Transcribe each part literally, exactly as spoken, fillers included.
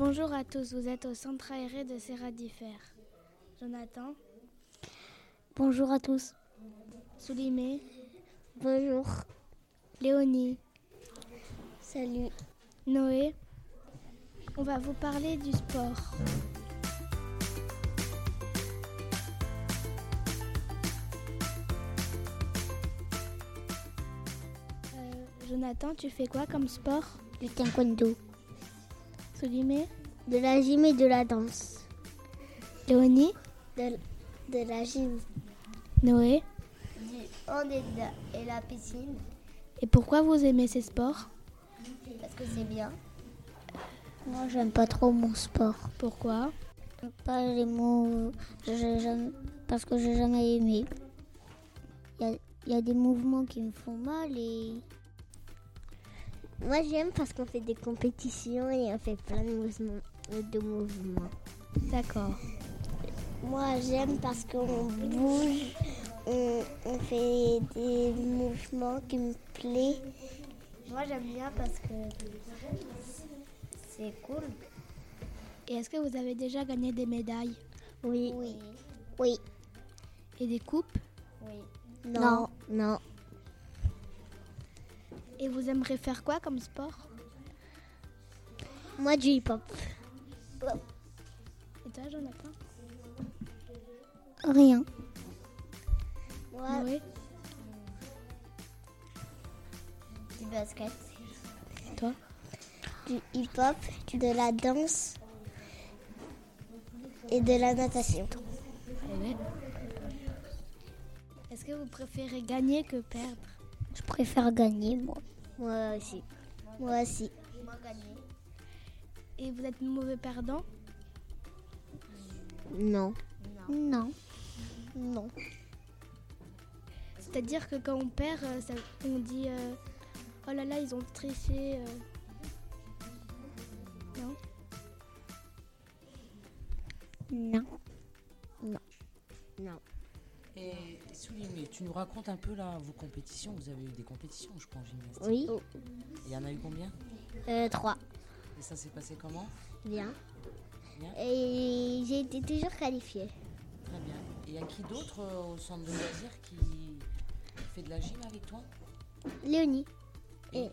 Bonjour à tous, vous êtes au centre aéré de Séradifert. Jonathan. Bonjour à tous. Soulimé. Bonjour. Léonie. Salut. Noé. On va vous parler du sport. Euh, Jonathan, tu fais quoi comme sport? Du taekwondo. Soulimé. De la gym et de la danse. Léonie. De, de la gym. Noé. Du hand et, de, et la piscine. Et pourquoi vous aimez ces sports? Parce que c'est bien. Moi, j'aime pas trop mon sport. Pourquoi? Pas les mots. J'ai jamais, parce que j'ai jamais aimé. Il y, y a des mouvements qui me font mal et. Moi, j'aime parce qu'on fait des compétitions et on fait plein de mouvements. De mouvements. D'accord. Moi, j'aime parce qu'on bouge, on, on fait des mouvements qui me plaisent. Moi, j'aime bien parce que c'est cool. Et est-ce que vous avez déjà gagné des médailles? Oui. Oui. Oui. Et des coupes? Oui. Non. Non. Et vous aimeriez faire quoi comme sport? Moi, du hip-hop. Et toi, Jonathan? Rien. Moi, Oui. Du basket. Et toi? Du hip-hop, de la danse et de la natation. Oui. Est-ce que vous préférez gagner que perdre? Je préfère gagner, moi. Moi aussi. Moi aussi. Moi gagner. Et vous êtes mauvais perdant? Non. Non. Non. C'est-à-dire que quand on perd, ça, on dit euh, oh là là, ils ont triché. Euh... Non? Non. Non. Non. Et Soulimé, tu nous racontes un peu là vos compétitions. Vous avez eu des compétitions, je crois, en gymnastique. Oui. Il y en a eu combien? Euh, trois. Et ça s'est passé comment? Bien. Bien. Et j'ai été toujours qualifiée. Très bien. Et il y a qui d'autre euh, au centre de loisirs qui fait de la gym avec toi? Léonie. Et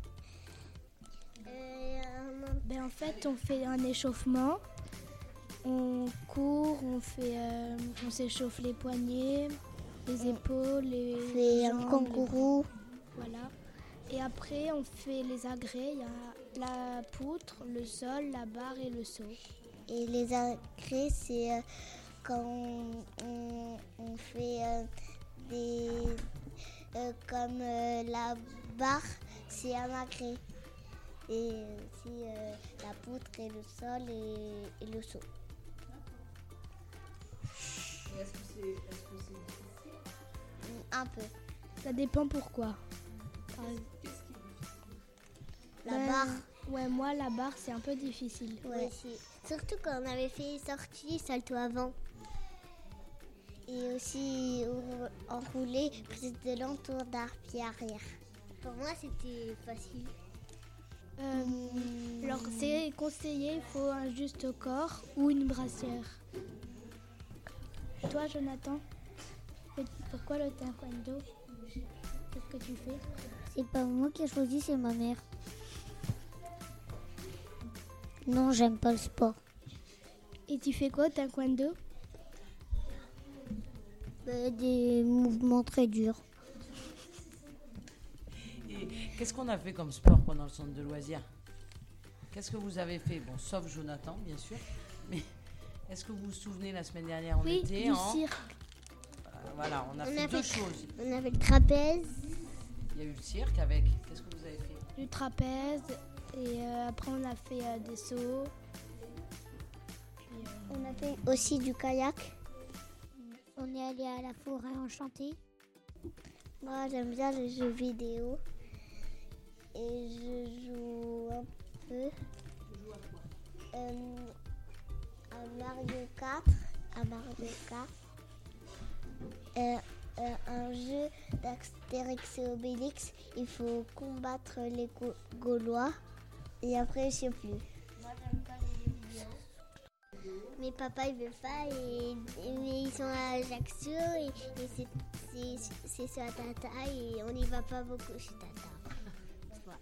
Euh, Ben, en fait, on fait un échauffement. On court, on, fait, euh, on s'échauffe les poignets, les épaules, les fait jambes. un kangourou. les- Voilà. Et après, on fait les agrès. Il y a la poutre, le sol, la barre et le saut. Et les agrès, c'est euh, quand on, on, on fait euh, des... euh, comme euh, la barre, c'est un agrès. Et aussi euh, la poutre et le sol et, et le saut. est-ce que c'est est-ce que c'est difficile? Un peu. Ça dépend pourquoi. Par exemple. La Ben, barre. Ouais, moi, la barre, c'est un peu difficile. Ouais. Surtout quand on avait fait sortie, salto avant. Et aussi rou- enrouler, prise de l'entour d'arc pied arrière. Pour moi, c'était facile. Euh, alors, c'est conseillé, il faut un juste corps ou une brassière. Toi, Jonathan, et pourquoi le taekwondo? Qu'est-ce que tu fais? C'est pas moi qui ai choisi, c'est ma mère. Non, j'aime pas le sport. Et tu fais quoi au taekwondo? Euh, des mouvements très durs. Et qu'est-ce qu'on a fait comme sport pendant le centre de loisirs? Qu'est-ce que vous avez fait? Bon, sauf Jonathan, bien sûr. Mais est-ce que vous vous souvenez, la semaine dernière, on Oui, était du en... cirque. Voilà, on a On fait a deux fait- choses. On avait le trapèze. Il y a eu le cirque avec... Qu'est-ce que vous avez fait? Du trapèze. Et euh, après, on a fait euh, des sauts. Puis, euh, On a fait aussi du kayak. On est allé à la forêt enchantée. Moi, j'aime bien les jeux vidéo. Et je joue un peu. Euh, à Mario Kart. À Mario Kart. Euh, euh, un jeu d'Astérix et Obélix. Il faut combattre les Go- Gaulois. Et après, je sais plus. Moi, j'aime pas les mais papa il veut pas et, et- mais ils sont à Ajaccio et, et c'est, c'est, c'est sur Tata et on n'y va pas beaucoup chez Tata. Voilà.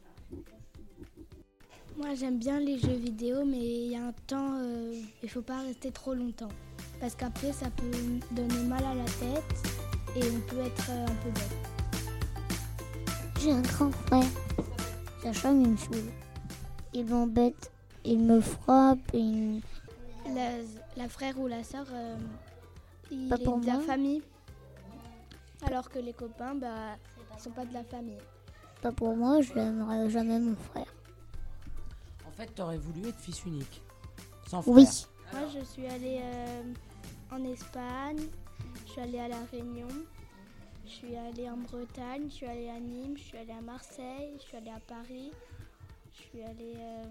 Moi, j'aime bien les jeux vidéo, mais il y a un temps, euh, il faut pas rester trop longtemps. Parce qu'après, ça peut donner mal à la tête et on peut être euh, un peu bête. J'ai un grand frère. Sacha, il me saoule. Il m'embête, il me frappe. Il... La, la frère ou la sœur, euh, il Pas est pour de la moi. famille. Alors que les copains, bah, ils sont pas de la famille. Pas pour moi, je n'aimerais jamais mon frère. En fait, tu aurais voulu être fils unique, sans Oui. frère. Moi, je suis allée euh, en Espagne, je suis allée à La Réunion, je suis allée en Bretagne, je suis allée à Nîmes, je suis allée à Marseille, je suis allée à Paris, je suis allée euh,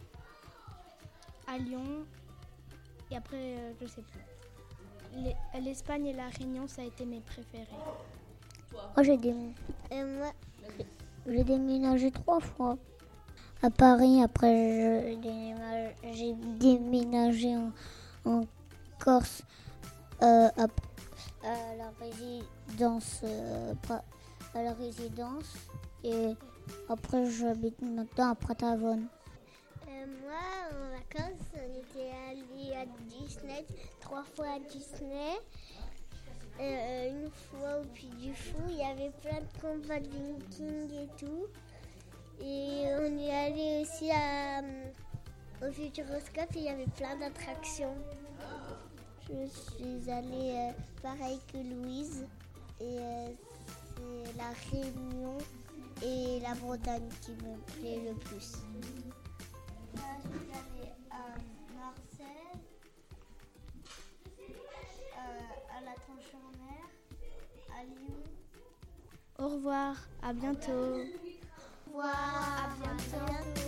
à Lyon et après, euh, je sais plus. Les- L'Espagne et La Réunion, ça a été mes préférés. Moi, j'ai, dém... euh, moi, j'ai déménagé trois fois. À Paris, après, je déménage- j'ai déménagé en, en Corse euh, à, à la résidence. euh, pra- à la résidence. Et après, j'habite maintenant à Pratavone. moi, en vacances, on était allé à Disney, trois fois à Disney. Euh, une fois au Puy du Fou, il y avait plein de combats de Viking et tout. Et on est allé aussi à, euh, au Futuroscope et il y avait plein d'attractions. Je suis allée euh, pareil que Louise. Et euh, c'est la Réunion et la Bretagne qui me plaît le plus. Je suis allée à Marseille, euh, à la Tranche-en-Mer, à Lyon. Au revoir, à bientôt. Au revoir, à bientôt.